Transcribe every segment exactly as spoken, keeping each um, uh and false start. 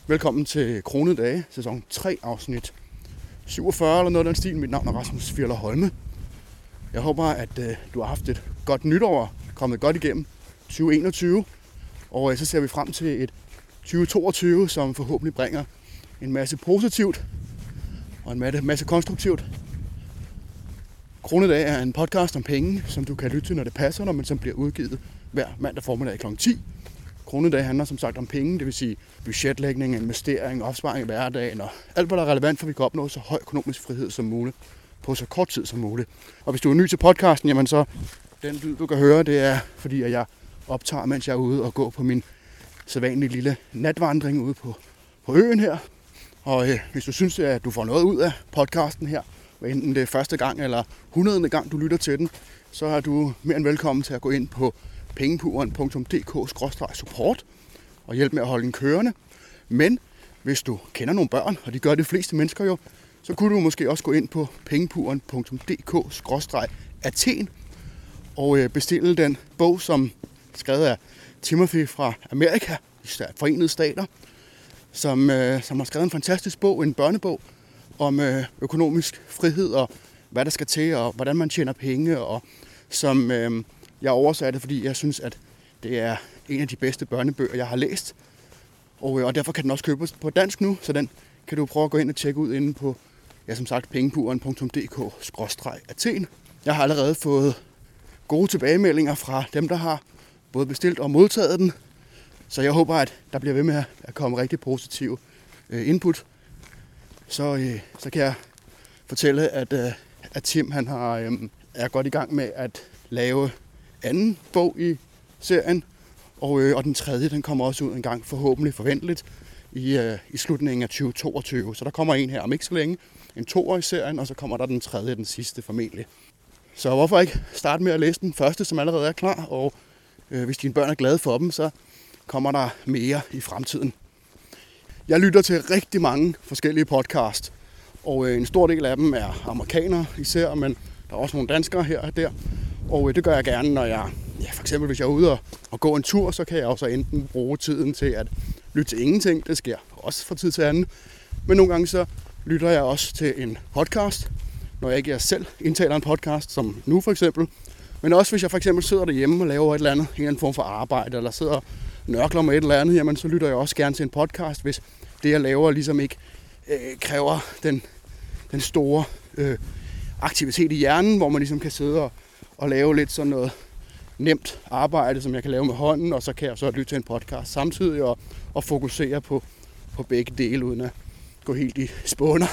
Velkommen til Kronedage, sæson tre, afsnit syvogfyrre eller noget af den stil. Mit navn er Rasmus Fjeller Holme. Jeg håber, at øh, du har haft et godt nytår, kommet godt igennem tyve enogtyve. Og øh, så ser vi frem til et tyve toogtyve, som forhåbentlig bringer en masse positivt og en masse, masse konstruktivt. Kronedage er en podcast om penge, som du kan lytte til, når det passer, men som bliver udgivet hver mandag formiddag klokken ti. Kronedage handler som sagt om penge, det vil sige budgetlægning, investering, opsparing i hverdagen og alt, hvad der er relevant, for at vi kan opnå så høj økonomisk frihed som muligt på så kort tid som muligt. Og hvis du er ny til podcasten, jamen så den lyd, du kan høre, det er fordi, at jeg optager, mens jeg er ude og går på min sædvanlige lille natvandring ude på, på øen her. Og øh, hvis du synes, at du får noget ud af podcasten her, enten det er første gang eller hundredende gang, du lytter til den, så er du mere end velkommen til at gå ind på pengepuren punktum d k skråstreg support og hjælpe med at holde den kørende. Men hvis du kender nogle børn, og de gør de fleste mennesker jo, så kunne du måske også gå ind på pengepuren punktum d k skråstreg athen og bestille den bog, som er skrevet af Timothy fra Amerika, de Forenede Stater, som, øh, som har skrevet en fantastisk bog, en børnebog om øh, økonomisk frihed og hvad der skal til, og hvordan man tjener penge, og som øh, jeg oversatte, fordi jeg synes, at det er en af de bedste børnebøger, jeg har læst. Og, øh, og derfor kan den også købes på dansk nu, så den kan du prøve at gå ind og tjekke ud inde på, ja, som sagt, pengepuren punktum d k skråstreg athen. Jeg har allerede fået gode tilbagemeldinger fra dem, der har både bestilt og modtaget den. Så jeg håber, at der bliver ved med at komme rigtig positive øh, input. Så, øh, så kan jeg fortælle, at, øh, at Tim han har, øh, er godt i gang med at lave anden bog i serien. Og, øh, og den tredje, den kommer også ud en gang, forhåbentlig forventeligt, i, øh, i slutningen af tyve toogtyve. Så der kommer en her om ikke så længe, en toer i serien, og så kommer der den tredje, den sidste formentlig. Så hvorfor ikke starte med at læse den første, som allerede er klar, og øh, hvis dine børn er glade for dem, så kommer der mere i fremtiden. Jeg lytter til rigtig mange forskellige podcasts, og øh, en stor del af dem er amerikanere især, men der er også nogle danskere her og der. Og øh, det gør jeg gerne, når jeg, ja, for eksempel hvis jeg er ude og, og gå en tur, så kan jeg også enten bruge tiden til at lytte til ingenting. Det sker også fra tid til anden. Men nogle gange så lytter jeg også til en podcast, når jeg ikke selv indtaler en podcast, som nu for eksempel. Men også hvis jeg for eksempel sidder derhjemme og laver et eller andet, en eller anden form for arbejde, eller sidder og nørkler med et eller andet, jamen så lytter jeg også gerne til en podcast, hvis det jeg laver ligesom ikke øh, kræver den, den store øh, aktivitet i hjernen, hvor man ligesom kan sidde og, og lave lidt sådan noget nemt arbejde, som jeg kan lave med hånden, og så kan jeg så lytte til en podcast samtidig og, og fokusere på, på begge dele, uden at gå helt i spåner.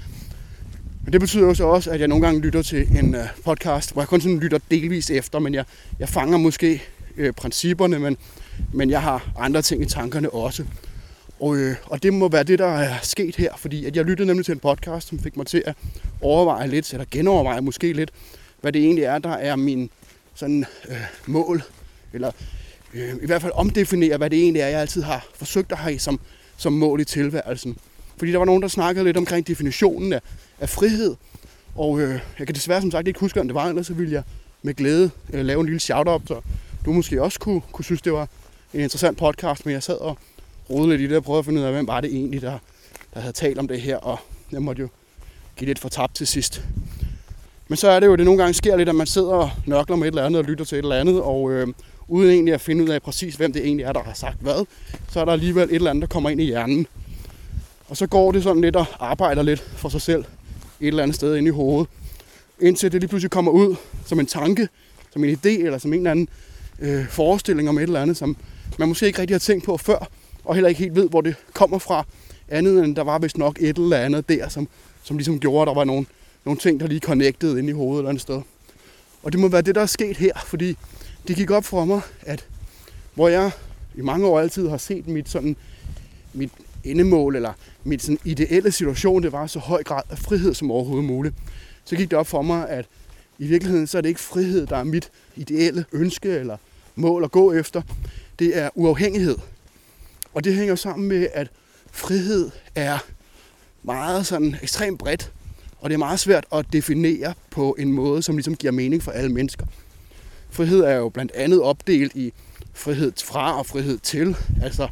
Men det betyder jo så også, at jeg nogle gange lytter til en øh, podcast, hvor jeg kun sådan lytter delvis efter, men jeg, jeg fanger måske øh, principperne, men, men jeg har andre ting i tankerne også. Og, øh, og det må være det, der er sket her, fordi at jeg lyttede nemlig til en podcast, som fik mig til at overveje lidt, eller genoverveje måske lidt, hvad det egentlig er, der er min sådan, øh, mål, eller øh, i hvert fald omdefinere, hvad det egentlig er, jeg altid har forsøgt at have som, som mål i tilværelsen. Fordi der var nogen, der snakkede lidt omkring definitionen af, af frihed, og øh, jeg kan desværre som sagt ikke huske, om det var, ellers så ville jeg med glæde øh, lave en lille shout-out, så du måske også kunne, kunne synes, det var en interessant podcast, men jeg sad og rodede lidt i det og prøvede at finde ud af, hvem var det egentlig, der, der havde talt om det her, og jeg måtte jo give lidt for tabt til sidst. Men så er det jo, det nogle gange sker lidt, at man sidder og nørkler med et eller andet og lytter til et eller andet, og øh, uden egentlig at finde ud af præcis, hvem det egentlig er, der har sagt hvad, så er der alligevel et eller andet, der kommer ind i hjernen. Og så går det sådan lidt og arbejder lidt for sig selv et eller andet sted inde i hovedet, indtil det lige pludselig kommer ud som en tanke, som en idé, eller som en eller anden øh, forestilling om et eller andet, som man måske ikke rigtig har tænkt på før, og heller ikke helt ved, hvor det kommer fra, andet end der var vist nok et eller andet der, som, som ligesom gjorde, at der var nogle, nogle ting, der lige connectede inde i hovedet et eller andet sted. Og det må være det, der er sket her, fordi det gik op for mig, at hvor jeg i mange år altid har set mit, sådan, mit endemål, eller mit sådan ideelle situation, det var så høj grad af frihed som overhovedet muligt, så gik det op for mig, at i virkeligheden så er det ikke frihed, der er mit ideelle ønske eller mål at gå efter. Det er uafhængighed. Og det hænger sammen med, at frihed er meget sådan ekstremt bredt, og det er meget svært at definere på en måde, som ligesom giver mening for alle mennesker. Frihed er jo blandt andet opdelt i frihed fra og frihed til. Altså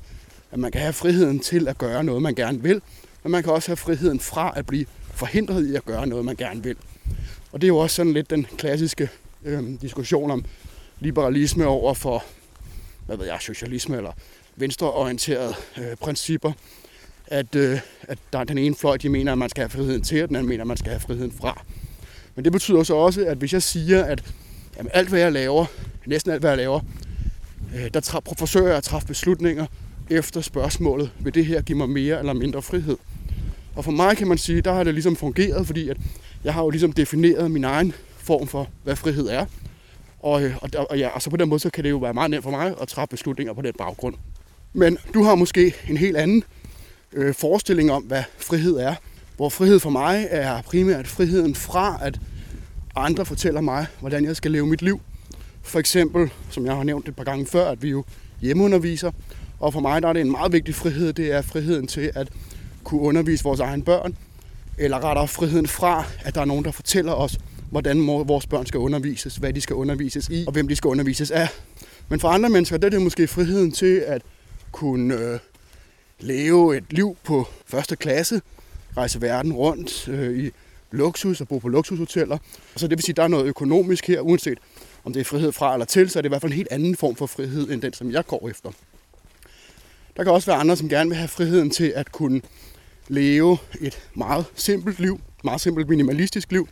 at man kan have friheden til at gøre noget, man gerne vil, men man kan også have friheden fra at blive forhindret i at gøre noget, man gerne vil. Og det er jo også sådan lidt den klassiske øh, diskussion om liberalisme over for, hvad ved jeg, socialisme eller venstreorienterede øh, principper, at, øh, at der er den ene fløj, de mener, at man skal have friheden til, og den anden mener, at man skal have friheden fra. Men det betyder så også, at hvis jeg siger, at jamen, alt hvad jeg laver, næsten alt hvad jeg laver, øh, der tra- forsøger jeg at træffe beslutninger efter spørgsmålet, vil det her give mig mere eller mindre frihed? Og for mig kan man sige, der har det ligesom fungeret, fordi at jeg har jo ligesom defineret min egen form for, hvad frihed er. Og, og, og, ja, og så på den måde, så kan det jo være meget nemt for mig at træffe beslutninger på den baggrund. Men du har måske en helt anden øh, forestilling om, hvad frihed er. Hvor frihed for mig er primært friheden fra, at andre fortæller mig, hvordan jeg skal leve mit liv. For eksempel, som jeg har nævnt et par gange før, at vi jo hjemmeunderviser. Og for mig der er det en meget vigtig frihed, det er friheden til at kunne undervise vores egne børn. Eller rettere friheden fra, at der er nogen, der fortæller os, hvordan vores børn skal undervises, hvad de skal undervises i, og hvem de skal undervises af. Men for andre mennesker, der er det måske friheden til at kunne øh, leve et liv på første klasse, rejse verden rundt øh, i luksus og bo på luksushoteller. Så det vil sige, at der er noget økonomisk her, uanset om det er frihed fra eller til, så er det i hvert fald en helt anden form for frihed, end den, som jeg går efter. Der kan også være andre, som gerne vil have friheden til at kunne leve et meget simpelt liv, meget simpelt minimalistisk liv.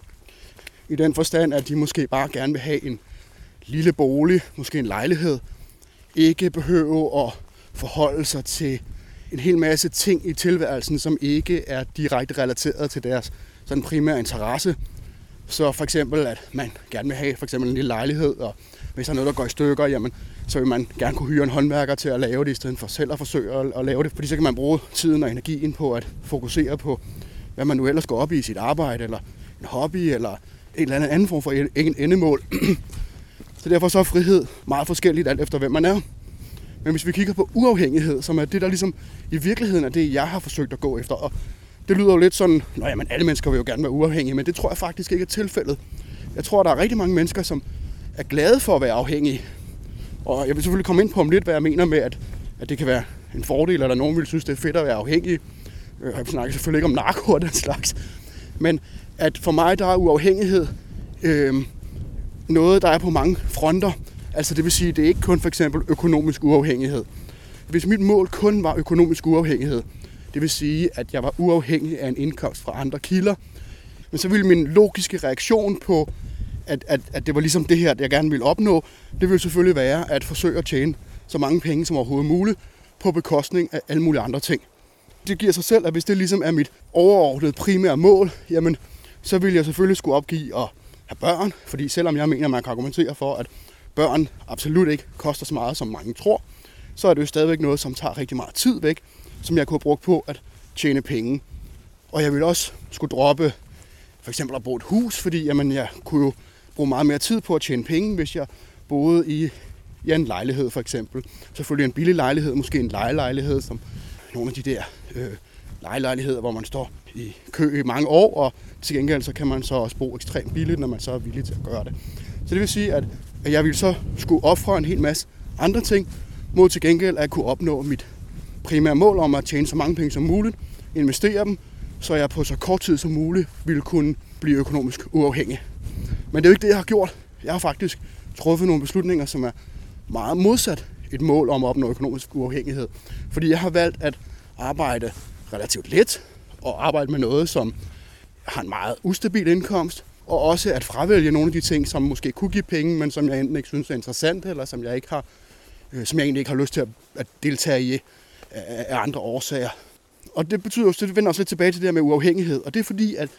I den forstand, at de måske bare gerne vil have en lille bolig, måske en lejlighed, ikke behøve at forholde sig til en hel masse ting i tilværelsen, som ikke er direkte relateret til deres sådan primære interesse. Så for eksempel, at man gerne vil have for eksempel en lille lejlighed, og hvis der er noget, der går i stykker, jamen, så vil man gerne kunne hyre en håndværker til at lave det, i stedet for selv at forsøge at, at lave det. Fordi så kan man bruge tiden og energien på at fokusere på, hvad man nu ellers går op i i sit arbejde, eller en hobby, eller en eller anden anden form for en endemål. Så derfor så er frihed meget forskelligt alt efter, hvem man er. Men hvis vi kigger på uafhængighed, som er det, der ligesom i virkeligheden er det, jeg har forsøgt at gå efter. Og det lyder jo lidt sådan, nå jamen, alle mennesker vil jo gerne være uafhængige, men det tror jeg faktisk ikke er tilfældet. Jeg tror, der er rigtig mange mennesker, som er glade for at være afhængige. Og jeg vil selvfølgelig komme ind på om lidt, hvad jeg mener med, at, at det kan være en fordel, eller nogen vil synes, det er fedt at være afhængig. Jeg snakker selvfølgelig ikke om narko og den slags. Men at for mig, der er uafhængighed øh, noget, der er på mange fronter. Altså det vil sige, det er ikke kun for eksempel økonomisk uafhængighed. Hvis mit mål kun var økonomisk uafhængighed, det vil sige, at jeg var uafhængig af en indkomst fra andre kilder, men så ville min logiske reaktion på, at, at, at det var ligesom det her, jeg gerne ville opnå, det ville selvfølgelig være at forsøge at tjene så mange penge som overhovedet muligt på bekostning af alle mulige andre ting. Det giver sig selv, at hvis det ligesom er mit overordnede primære mål, jamen så vil jeg selvfølgelig skulle opgive at have børn, fordi selvom jeg mener, at man kan argumentere for, at børn absolut ikke koster så meget, som mange tror, så er det jo stadigvæk noget, som tager rigtig meget tid væk, som jeg kunne have brugt på at tjene penge. Og jeg ville også skulle droppe for eksempel at bo et hus, fordi jamen, jeg kunne jo bruge meget mere tid på at tjene penge, hvis jeg boede i ja, en lejlighed for eksempel. Selvfølgelig en billig lejlighed, måske en lejelejlighed, som nogle af de der øh, lejelejligheder, hvor man står i kø i mange år, og til gengæld så kan man så også bo ekstremt billigt, når man så er villig til at gøre det. Så det vil sige, at jeg ville så skulle ofre en hel masse andre ting, mod til gengæld at kunne opnå mit primære mål om at tjene så mange penge som muligt, investere dem, så jeg på så kort tid som muligt ville kunne blive økonomisk uafhængig. Men det er jo ikke det, jeg har gjort. Jeg har faktisk truffet nogle beslutninger, som er meget modsat et mål om at opnå økonomisk uafhængighed. Fordi jeg har valgt at arbejde relativt let, og arbejde med noget, som har en meget ustabil indkomst, og også at fravælge nogle af de ting, som måske kunne give penge, men som jeg enten ikke synes er interessante, eller som jeg, ikke har, øh, som jeg egentlig ikke har lyst til at, at deltage i af, af andre årsager. Og det betyder også, det vender også lidt tilbage til det her med uafhængighed, og det er fordi, at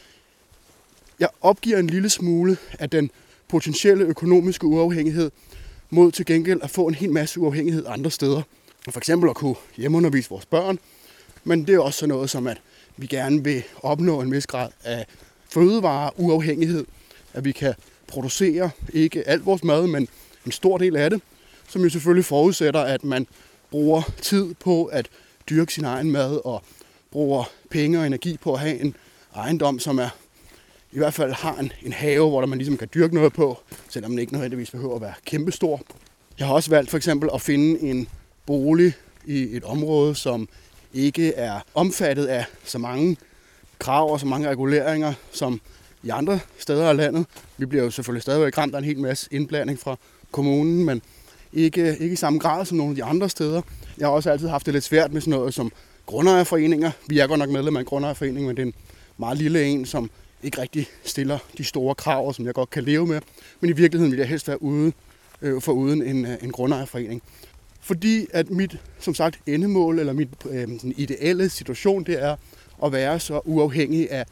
jeg opgiver en lille smule af den potentielle økonomiske uafhængighed, mod til gengæld at få en hel masse uafhængighed andre steder. For eksempel at kunne hjemmeundervise vores børn, men det er også sådan noget som, at vi gerne vil opnå en vis grad af fødevareuafhængighed, at vi kan producere ikke alt vores mad, men en stor del af det, som jo selvfølgelig forudsætter, at man bruger tid på at dyrke sin egen mad og bruger penge og energi på at have en ejendom, som er i hvert fald har en, en have, hvor man ligesom kan dyrke noget på, selvom den ikke nødvendigvis behøver at være kæmpestor. Jeg har også valgt for eksempel at finde en bolig i et område, som ikke er omfattet af så mange krav og så mange reguleringer som i andre steder af landet. Vi bliver jo selvfølgelig stadigvæk ramt af en hel masse indblanding fra kommunen, men ikke, ikke i samme grad som nogle af de andre steder. Jeg har også altid haft det lidt svært med sådan noget som grundejerforeninger. Vi er godt nok medlem af en grundejerforening, men det er en meget lille en, som ikke rigtig stiller de store krav, som jeg godt kan leve med. Men i virkeligheden vil jeg helst være ude øh, for uden en, en grundejerforening. Fordi at mit, som sagt, endemål eller mit øh, den ideelle situation, det er at være så uafhængig af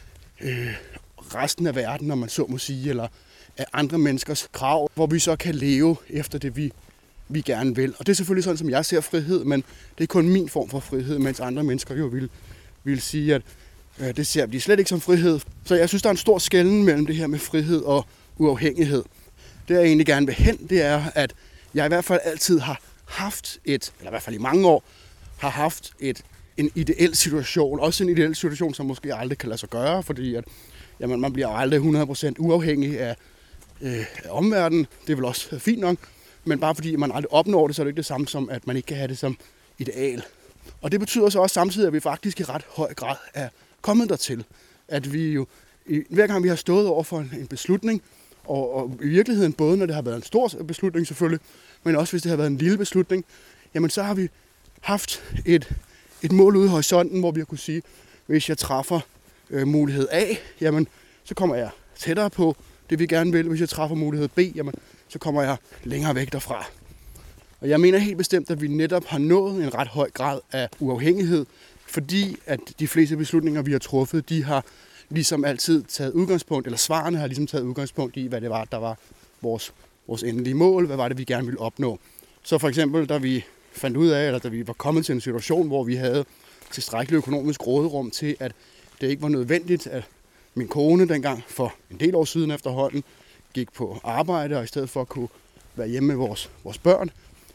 øh, resten af verden, når man så må sige, eller af andre menneskers krav, hvor vi så kan leve efter det, vi, vi gerne vil. Og det er selvfølgelig sådan, som jeg ser frihed, men det er kun min form for frihed, mens andre mennesker jo vil, vil sige, at øh, det ser de slet ikke som frihed. Så jeg synes, der er en stor skelnen mellem det her med frihed og uafhængighed. Det jeg egentlig gerne vil hen, det er, at jeg i hvert fald altid har haft et, eller i hvert fald i mange år, har haft et, en ideel situation. Også en ideel situation, som måske aldrig kan lade sig gøre, fordi at, jamen, man bliver aldrig hundrede procent uafhængig af, øh, af omverdenen. Det er vel også fint nok, men bare fordi man aldrig opnår det, så er det ikke det samme som, at man ikke kan have det som ideal. Og det betyder så også samtidig, at vi faktisk i ret høj grad er kommet dertil. At vi jo, hver gang vi har stået over for en, en beslutning, og, og i virkeligheden både når det har været en stor beslutning selvfølgelig, men også hvis det har været en lille beslutning, jamen så har vi haft et, et mål ude i horisonten, hvor vi har kunne sige, hvis jeg træffer øh, mulighed A, jamen så kommer jeg tættere på det, vi gerne vil. Hvis jeg træffer mulighed B, jamen så kommer jeg længere væk derfra. Og jeg mener helt bestemt, at vi netop har nået en ret høj grad af uafhængighed, fordi at de fleste beslutninger, vi har truffet, de har ligesom altid taget udgangspunkt, eller svarene har ligesom taget udgangspunkt i, hvad det var, der var vores, vores endelige mål, hvad var det, vi gerne ville opnå. Så for eksempel, da vi fandt ud af, eller da vi var kommet til en situation, hvor vi havde tilstrækkeligt økonomisk råderum til, at det ikke var nødvendigt, at min kone dengang for en del år siden efterhånden gik på arbejde, og i stedet for at kunne være hjemme med vores, vores børn,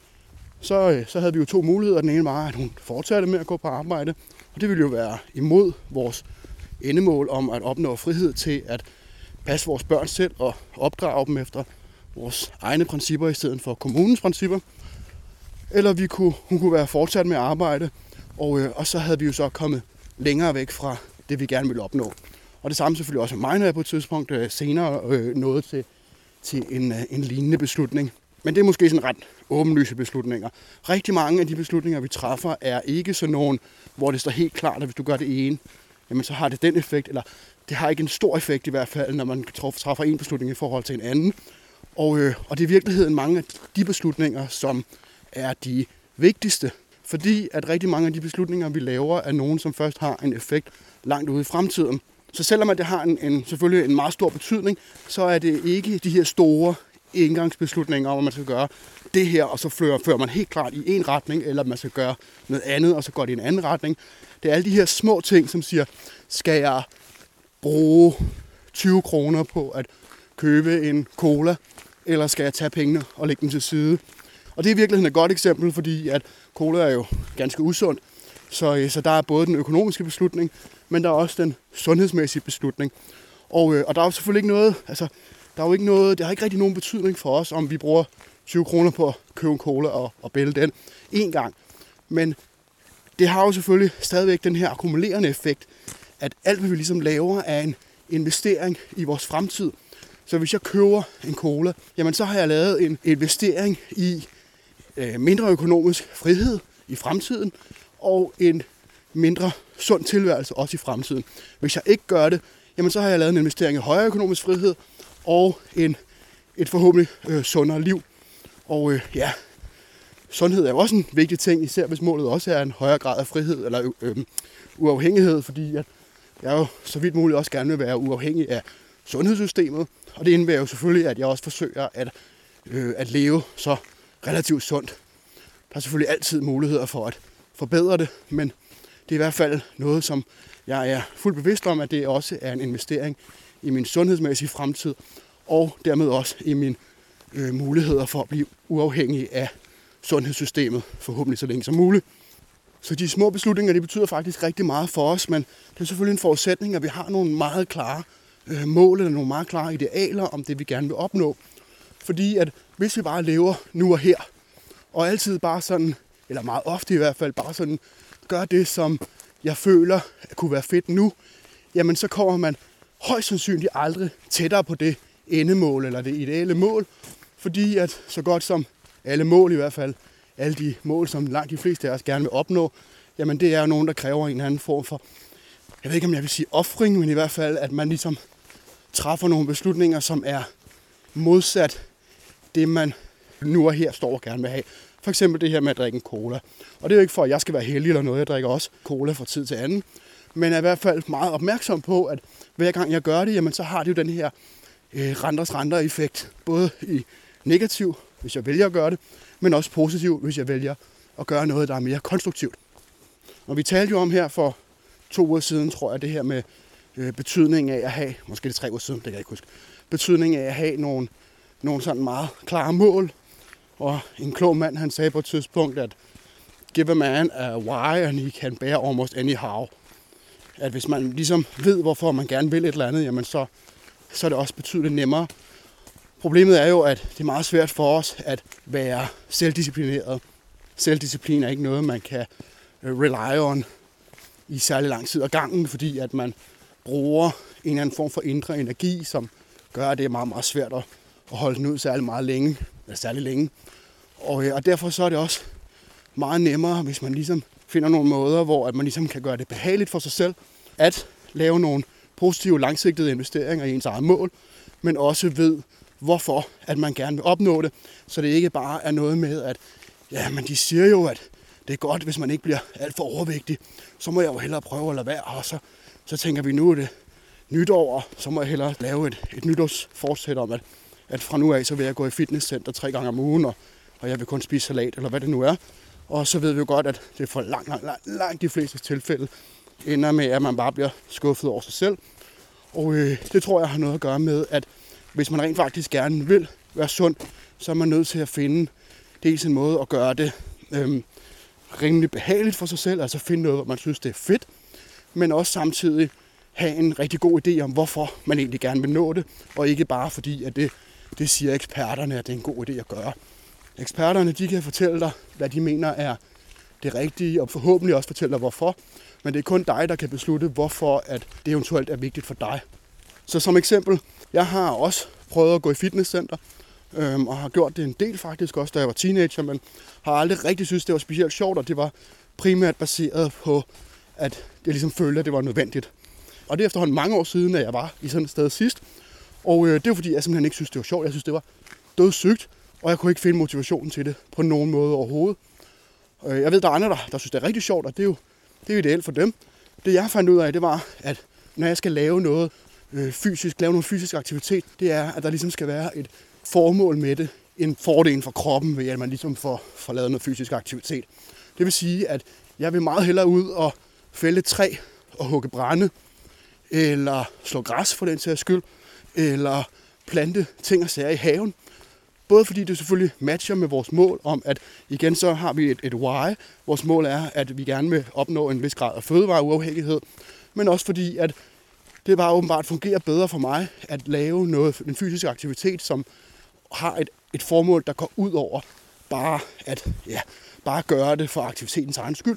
så, så havde vi jo to muligheder. Den ene var, at hun fortsatte med at gå på arbejde, og det ville jo være imod vores endemål om at opnå frihed til at passe vores børn selv og opdrage dem efter vores egne principper i stedet for kommunens principper. Eller vi kunne, hun kunne være fortsat med at arbejde, og, øh, og så havde vi jo så kommet længere væk fra det, vi gerne ville opnå. Og det samme selvfølgelig også med mig, når jeg på et tidspunkt øh, senere øh, nåede til, til en, øh, en lignende beslutning. Men det er måske sådan ret åbenlyse beslutninger. Rigtig mange af de beslutninger, vi træffer, er ikke sådan nogen, hvor det står helt klart, at hvis du gør det ene, jamen så har det den effekt, eller det har ikke en stor effekt i hvert fald, når man træffer en beslutning i forhold til en anden. Og, øh, og det er i virkeligheden mange af de beslutninger, som er de vigtigste, fordi at rigtig mange af de beslutninger, vi laver, er nogen, som først har en effekt langt ude i fremtiden. Så selvom at det har en, en, selvfølgelig en meget stor betydning, så er det ikke de her store indgangsbeslutninger om, at man skal gøre det her, og så fører, fører man helt klart i en retning, eller man skal gøre noget andet, og så går det i en anden retning. Det er alle de her små ting, som siger, skal jeg bruge tyve kroner på at købe en cola, eller skal jeg tage pengene og lægge dem til side? Og det er i virkeligheden et godt eksempel, fordi at cola er jo ganske usund, så, så der er både den økonomiske beslutning, men der er også den sundhedsmæssige beslutning. Og, og der er jo selvfølgelig ikke noget, altså der er jo ikke noget, det har ikke rigtig nogen betydning for os, om vi bruger tyve kroner på at købe en cola og, og bælge den en gang. Men det har jo selvfølgelig stadigvæk den her akkumulerende effekt, at alt, hvad vi ligesom laver, er en investering i vores fremtid. Så hvis jeg køber en cola, jamen så har jeg lavet en investering i øh, mindre økonomisk frihed i fremtiden, og en mindre sund tilværelse også i fremtiden. Hvis jeg ikke gør det, jamen så har jeg lavet en investering i højere økonomisk frihed, og en, et forhåbentlig øh, sundere liv. Og øh, ja, sundhed er jo også en vigtig ting, især hvis målet også er en højere grad af frihed eller øh, uafhængighed, fordi at jeg jo så vidt muligt også gerne vil være uafhængig af sundhedssystemet. Og det indebærer jo selvfølgelig, at jeg også forsøger at, øh, at leve så relativt sundt. Der er selvfølgelig altid muligheder for at forbedre det, men det er i hvert fald noget, som jeg er fuldt bevidst om, at det også er en investering i min sundhedsmæssige fremtid, og dermed også i mine øh, muligheder for at blive uafhængig af sundhedssystemet, forhåbentlig så længe som muligt. Så de små beslutninger, det betyder faktisk rigtig meget for os, men det er selvfølgelig en forudsætning, at vi har nogle meget klare øh, mål, eller nogle meget klare idealer om det, vi gerne vil opnå. Fordi at hvis vi bare lever nu og her, og altid bare sådan eller meget ofte i hvert fald, bare sådan gør det, som jeg føler kunne være fedt nu, jamen så kommer man højst sandsynligt aldrig tættere på det endemål eller det ideelle mål, fordi at så godt som alle mål i hvert fald, alle de mål, som langt de fleste af os gerne vil opnå, jamen det er jo nogen, der kræver en eller anden form for, jeg ved ikke om jeg vil sige ofring, men i hvert fald, at man ligesom træffer nogle beslutninger, som er modsat det, man nu og her står og gerne vil have. For eksempel det her med at drikke en cola. Og det er jo ikke for, at jeg skal være heldig eller noget, jeg drikker også cola fra tid til anden, men er i hvert fald meget opmærksom på, at hver gang jeg gør det, jamen så har det jo den her øh, randers randers effekt, både i negativ, hvis jeg vælger at gøre det, men også positiv, hvis jeg vælger at gøre noget, der er mere konstruktivt. Og vi talte jo om her for to uger siden, tror jeg, det her med øh, betydning af at have, måske det tre uger siden, det kan jeg ikke huske, betydning af at have nogle, nogle sådan meget klare mål. Og en klog mand, han sagde på et tidspunkt, at give a man a why, and he can bear almost anyhow. At hvis man ligesom ved, hvorfor man gerne vil et eller andet, jamen så, så er det også betydeligt nemmere. Problemet er jo, at det er meget svært for os at være selvdisciplineret. Selvdisciplin er ikke noget, man kan rely on i særlig lang tid ad gangen, fordi at man bruger en eller anden form for indre energi, som gør, at det er meget, meget svært at holde den ud særlig meget længe, eller særlig længe. Og, og derfor så er det også meget nemmere, hvis man ligesom finder nogle måder, hvor at man ligesom kan gøre det behageligt for sig selv, at lave nogle positive, langsigtede investeringer i ens eget mål, men også ved, hvorfor at man gerne vil opnå det, så det ikke bare er noget med, at ja, men de siger jo, at det er godt, hvis man ikke bliver alt for overvægtig, så må jeg jo hellere prøve at lade være, og så, så tænker vi, nu er det nytår, så må jeg hellere lave et, et nytårsforsæt om, at, at fra nu af, så vil jeg gå i fitnesscenter tre gange om ugen, og, og jeg vil kun spise salat, eller hvad det nu er. Og så ved vi jo godt, at det for langt, langt, langt, langt de fleste tilfælde ender med, at man bare bliver skuffet over sig selv. Og øh, det tror jeg har noget at gøre med, at hvis man rent faktisk gerne vil være sund, så er man nødt til at finde dels en måde at gøre det øh, rimelig behageligt for sig selv, altså finde noget, hvor man synes, det er fedt, men også samtidig have en rigtig god idé om, hvorfor man egentlig gerne vil nå det, og ikke bare fordi, at det, det siger eksperterne, at det er en god idé at gøre. Eksperterne, de kan fortælle dig, hvad de mener er det rigtige, og forhåbentlig også fortælle dig, hvorfor, men det er kun dig, der kan beslutte, hvorfor at det eventuelt er vigtigt for dig. Så som eksempel, jeg har også prøvet at gå i fitnesscenter, øhm, og har gjort det en del faktisk også, da jeg var teenager, men har aldrig rigtig synes, det var specielt sjovt, og det var primært baseret på, at jeg ligesom følte, at det var nødvendigt. Og det er efterhånden mange år siden, at jeg var i sådan et sted sidst, og øh, det var fordi, jeg simpelthen ikke synes, det var sjovt. Jeg synes, det var dødssygt, og jeg kunne ikke finde motivationen til det på nogen måde overhovedet. Øh, jeg ved, der er andre, der, der synes, det er rigtig sjovt, og det er jo det er ideelt for dem. Det jeg fandt ud af, det var, at når jeg skal lave noget øh, fysisk, lave noget fysisk aktivitet, det er, at der ligesom skal være et formål med det, en fordel for kroppen, ved at man ligesom får, får lavet noget fysisk aktivitet. Det vil sige, at jeg vil meget hellere ud og fælde et træ og hugge brænde, eller slå græs for den sags skyld, eller plante ting og sager i haven. Både fordi det selvfølgelig matcher med vores mål om, at igen så har vi et, et why. Vores mål er, at vi gerne vil opnå en vis grad af fødevareuafhængighed, men også fordi, at det bare åbenbart fungerer bedre for mig at lave noget, en fysisk aktivitet, som har et, et formål, der går ud over bare at ja, bare gøre det for aktivitetens egen skyld.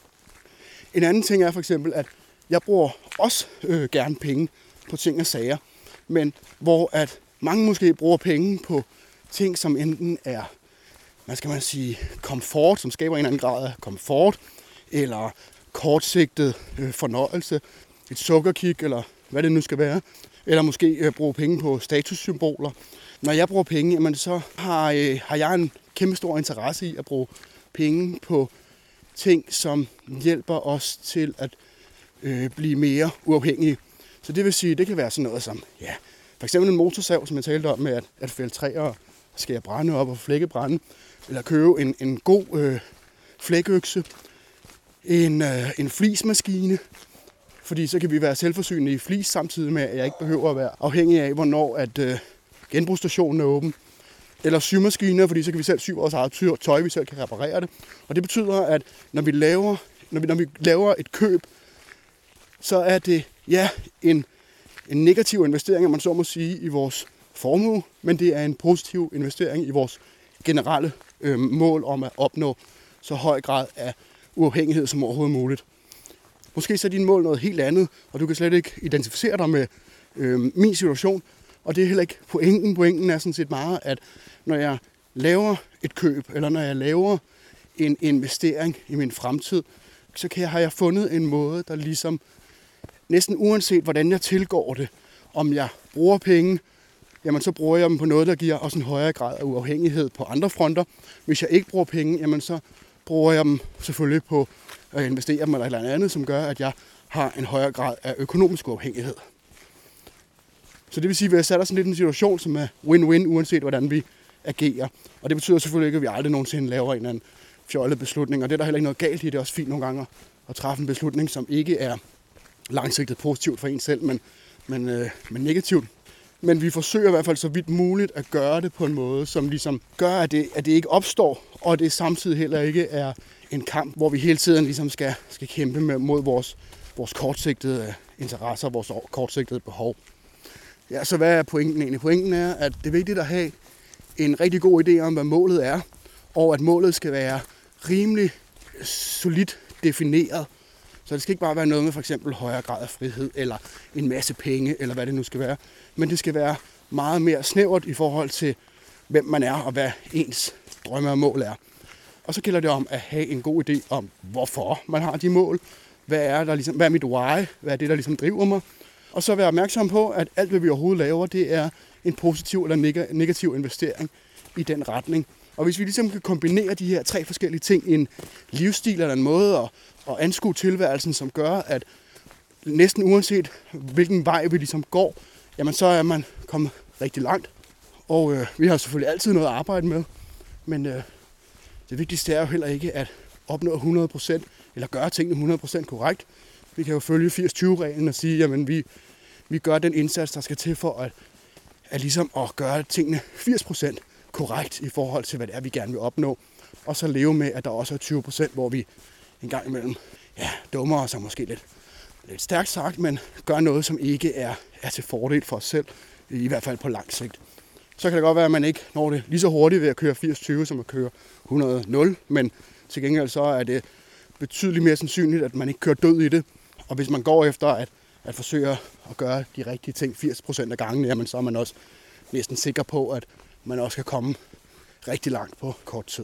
En anden ting er for eksempel, at jeg bruger også øh, gerne penge på ting og sager, men hvor at mange måske bruger penge på ting, som enten er, hvad skal man sige, komfort, som skaber en eller anden grad af komfort, eller kortsigtet øh, fornøjelse, et sukkerkick, eller hvad det nu skal være, eller måske øh, bruge penge på statussymboler. Når jeg bruger penge, jamen, så har, øh, har jeg en kæmpe stor interesse i at bruge penge på ting, som hjælper os til at øh, blive mere uafhængige. Så det vil sige, det kan være sådan noget som, ja, for eksempel en motorsav, som jeg talte om med at, at fælde træer og skære brænde op og flække brænde, eller købe en, en god øh, flækøkse, en, øh, en flismaskine, fordi så kan vi være selvforsynende i flis, samtidig med, at jeg ikke behøver at være afhængig af, hvornår at øh, genbrugsstationen er åben. Eller symaskiner, fordi så kan vi selv sy vores eget tøj, vi selv kan reparere det. Og det betyder, at når vi laver, når vi, når vi laver et køb, så er det ja en, en negativ investering, om man så må sige, i vores formue, men det er en positiv investering i vores generelle øh, mål om at opnå så høj grad af uafhængighed som overhovedet muligt. Måske så er din mål noget helt andet, og du kan slet ikke identificere dig med øh, min situation, og det er heller ikke pointen. Pointen er sådan set meget, at når jeg laver et køb, eller når jeg laver en investering i min fremtid, så kan jeg, har jeg fundet en måde, der ligesom, næsten uanset hvordan jeg tilgår det, om jeg bruger penge, jamen så bruger jeg dem på noget, der giver også en højere grad af uafhængighed på andre fronter. Hvis jeg ikke bruger penge, jamen så bruger jeg dem selvfølgelig på at investere dem eller et eller andet, som gør, at jeg har en højere grad af økonomisk uafhængighed. Så det vil sige, at vi har sat os sådan lidt en situation, som er win-win, uanset hvordan vi agerer. Og det betyder selvfølgelig ikke, at vi aldrig nogensinde laver en eller anden fjollet beslutning, og det er der heller ikke noget galt i. Det er også fint nogle gange at træffe en beslutning, som ikke er langsigtet positivt for en selv, men, men, øh, men negativt. Men vi forsøger i hvert fald så vidt muligt at gøre det på en måde, som ligesom gør, at det, at det ikke opstår, og det samtidig heller ikke er en kamp, hvor vi hele tiden ligesom skal, skal kæmpe med, mod vores, vores kortsigtede interesser, vores kortsigtede behov. Ja, så hvad er pointen egentlig? Pointen er, at det er vigtigt at have en rigtig god idé om, hvad målet er, og at målet skal være rimelig solidt defineret. Så det skal ikke bare være noget med for eksempel højere grad af frihed, eller en masse penge, eller hvad det nu skal være. Men det skal være meget mere snævert i forhold til, hvem man er, og hvad ens drømme og mål er. Og så gælder det om at have en god idé om, hvorfor man har de mål. Hvad er, der ligesom, hvad er mit why? Hvad er det, der ligesom driver mig? Og så være opmærksom på, at alt, hvad vi overhovedet laver, det er en positiv eller negativ investering i den retning. Og hvis vi ligesom kan kombinere de her tre forskellige ting i en livsstil eller en måde at, at anskue tilværelsen, som gør, at næsten uanset hvilken vej vi ligesom går, jamen så er man kommet rigtig langt. Og øh, vi har selvfølgelig altid noget at arbejde med, men øh, det vigtigste er jo heller ikke at opnå hundrede procent eller gøre tingene hundrede procent korrekt. Vi kan jo følge firs tyve-reglen og sige, jamen vi, vi gør den indsats, der skal til for at, at, ligesom at gøre tingene firs procent korrekt i forhold til, hvad det er, vi gerne vil opnå. Og så leve med, at der også er tyve procent, hvor vi en gang imellem ja, dummer os, og måske lidt, lidt stærkt sagt, men gør noget, som ikke er, er til fordel for os selv, i hvert fald på lang sigt. Så kan det godt være, at man ikke når det lige så hurtigt ved at køre firs tyve, som at køre hundrede nul, men til gengæld så er det betydeligt mere sandsynligt, at man ikke kører død i det. Og hvis man går efter at, at forsøge at gøre de rigtige ting firs procent af gangen, jamen så er man også næsten sikker på, at man også kan komme rigtig langt på kort tid.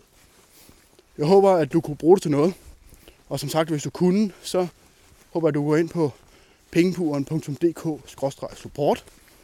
Jeg håber, at du kunne bruge det til noget. Og som sagt, hvis du kunne, så håber jeg, at du går ind på pengepuren punktum d k skråstreg support.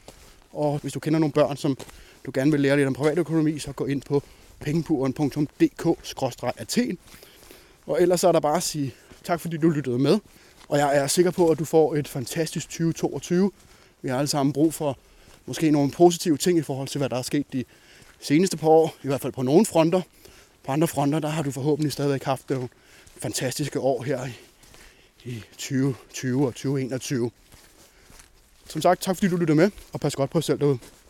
Og hvis du kender nogle børn, som du gerne vil lære lidt om privatøkonomi, så gå ind på pengepuren punktum d k skråstreg athen. Og ellers er der bare at sige tak, fordi du lyttede med. Og jeg er sikker på, at du får et fantastisk tyve toogtyve. Vi har alle sammen brug for måske nogle positive ting i forhold til, hvad der er sket de seneste par år. I hvert fald på nogle fronter. På andre fronter, der har du forhåbentlig stadigvæk haft nogle fantastiske år her i, i tyve tyve og tyve enogtyve. Som sagt, tak fordi du lyttede med, og pas godt på jer selv derude.